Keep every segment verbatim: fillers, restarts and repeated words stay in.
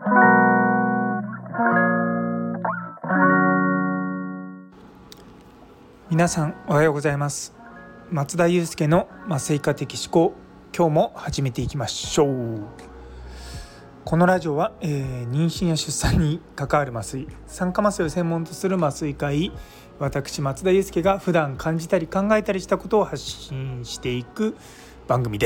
皆さんおはようございます。松田祐介の麻酔科的思考、今日も始めていきましょう。このラジオは、えー、妊娠や出産に関わる麻酔、産科麻酔を専門とする麻酔科医、私松田祐介が普段感じたり考えたりしたことを発信していく番組です。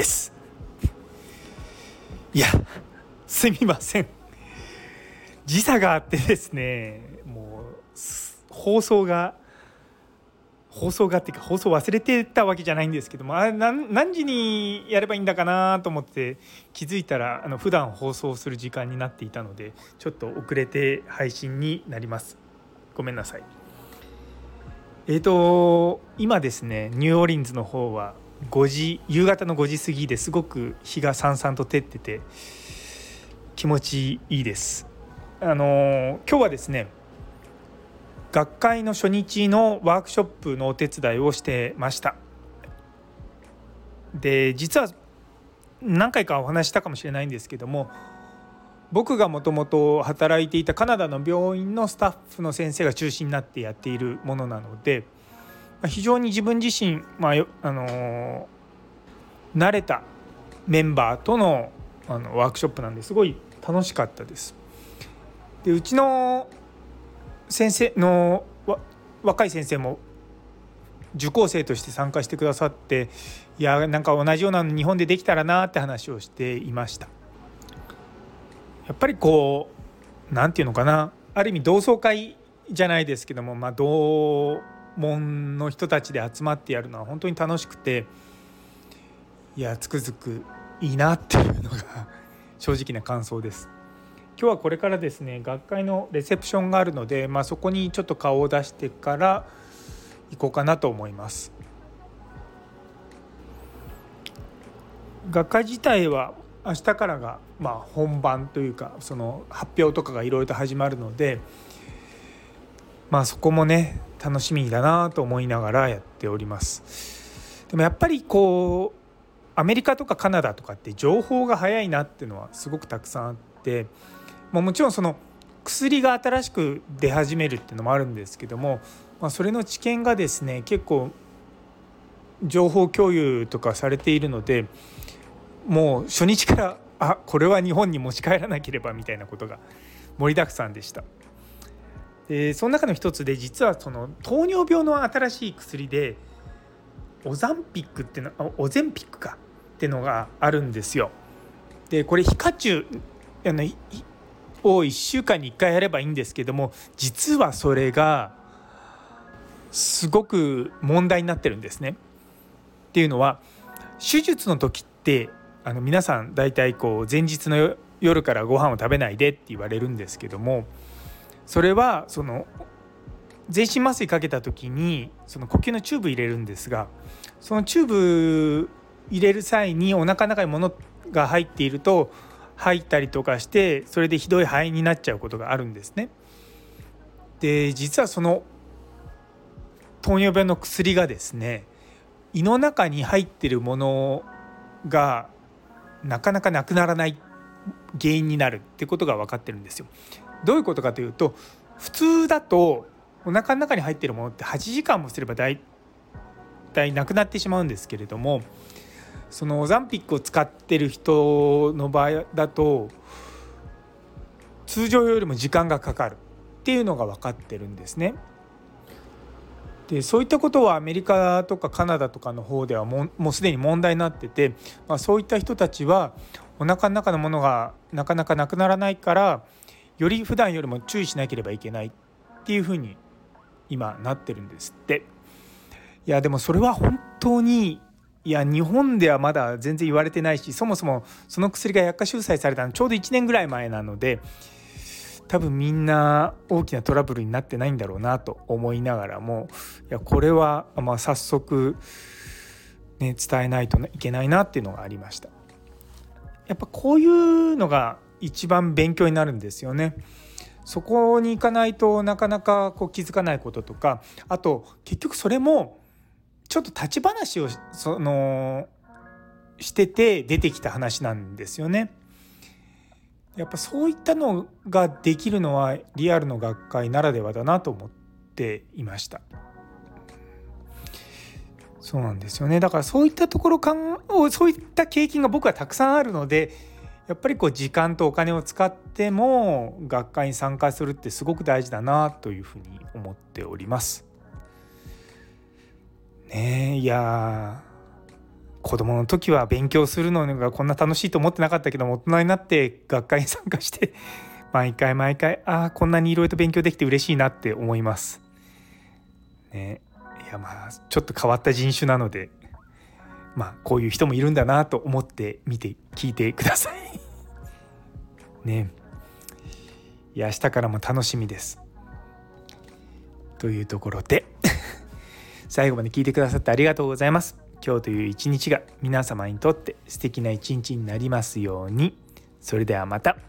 いやすみません、時差があってですね、もう放送が放送がっていうか放送忘れてたわけじゃないんですけども、あれ 何, 何時にやればいいんだかなと思って気づいたら、あの普段放送する時間になっていたので、ちょっと遅れて配信になります。ごめんなさい。えーと今ですね、ニューオーリンズの方はごじ、夕方のごじ過ぎですごく日がさんさんと照ってて気持ちいいです。あの今日はですね、学会の初日のワークショップのお手伝いをしてました。で、実は何回かお話したかもしれないんですけども、僕がもともと働いていたカナダの病院のスタッフの先生が中心になってやっているものなので、非常に自分自身、まああの慣れたメンバーとの、あのワークショップなんですごい楽しかったです。で、うちの先生の若い先生も受講生として参加してくださって、いやなんか同じようなの日本でできたらなって話をしていました。やっぱりこうなんていうのかな、ある意味同窓会じゃないですけども、まあ、同門の人たちで集まってやるのは本当に楽しくて、いやつくづくいいなっていうのが正直な感想です。今日はこれからですね、学会のレセプションがあるので、まあ、そこにちょっと顔を出してから行こうかなと思います。学会自体は明日からがまあ本番というか、その発表とかがいろいろと始まるので、まあそこもね楽しみだなと思いながらやっております。でもやっぱりこうアメリカとかカナダとかって情報が早いなっていうのはすごくたくさんあって、もちろんその薬が新しく出始めるっていうのもあるんですけども、まあ、それの知見がですね結構情報共有とかされているので、もう初日からあこれは日本に持ち帰らなければみたいなことが盛りだくさんでした。でその中の一つで、実はその糖尿病の新しい薬でオザンピックっていうのオゼンピックかっていうのがあるんですよ。でこれ皮下注あのをいっしゅうかんにいっかいやればいいんですけども、実はそれがすごく問題になってるんですね。っていうのは、手術の時ってあの皆さん大体こう前日の夜からご飯を食べないでって言われるんですけども、それはその全身麻酔かけた時にその呼吸のチューブ入れるんですが、そのチューブ入れる際にお腹の中に物が入っていると入ったりとかして、それでひどい肺炎になっちゃうことがあるんですね。で実はその糖尿病の薬がですね、胃の中に入っているものがなかなかなくならない原因になるってことが分かってるんですよ。どういうことかというと、普通だとお腹の中に入っているものってはちじかんもすればだいたいなくなってしまうんですけれども、そのオザンピックを使ってる人の場合だと通常よりも時間がかかるっていうのが分かってるんですね。でそういったことはアメリカとかカナダとかの方ではもう、もうすでに問題になってて、まあ、そういった人たちはお腹の中のものがなかなかなくならないから、より普段よりも注意しなければいけないっていうふうに今なってるんですって。いやでもそれは本当に、いや日本ではまだ全然言われてないし、そもそもその薬が薬価収載されたのちょうどいちねんぐらい前なので、多分みんな大きなトラブルになってないんだろうなと思いながらも、いやこれはまあ早速、ね、伝えないといけないなっていうのがありました。やっぱこういうのが一番勉強になるんですよね。そこに行かないとなかなかこう気づかないこととか、あと結局それもちょっと立ち話をそのしてて出てきた話なんですよね。 やっぱそういったのができるのはリアルの学会ならではだなと思っていました。そうなんですよね。だからそういったところかんそういった経験が僕はたくさんあるので、やっぱりこう時間とお金を使っても学会に参加するってすごく大事だなというふうに思っております。ねえ、いや子供の時は勉強するのがこんな楽しいと思ってなかったけども、大人になって学会に参加して毎回毎回ああこんなにいろいろと勉強できて嬉しいなって思います。ね、いやまあちょっと変わった人種なので、まあこういう人もいるんだなと思って見て聞いてくださいね。いや明日からも楽しみです。というところで最後まで聞いてくださってありがとうございます。今日という一日が皆様にとって素敵な一日になりますように。それではまた。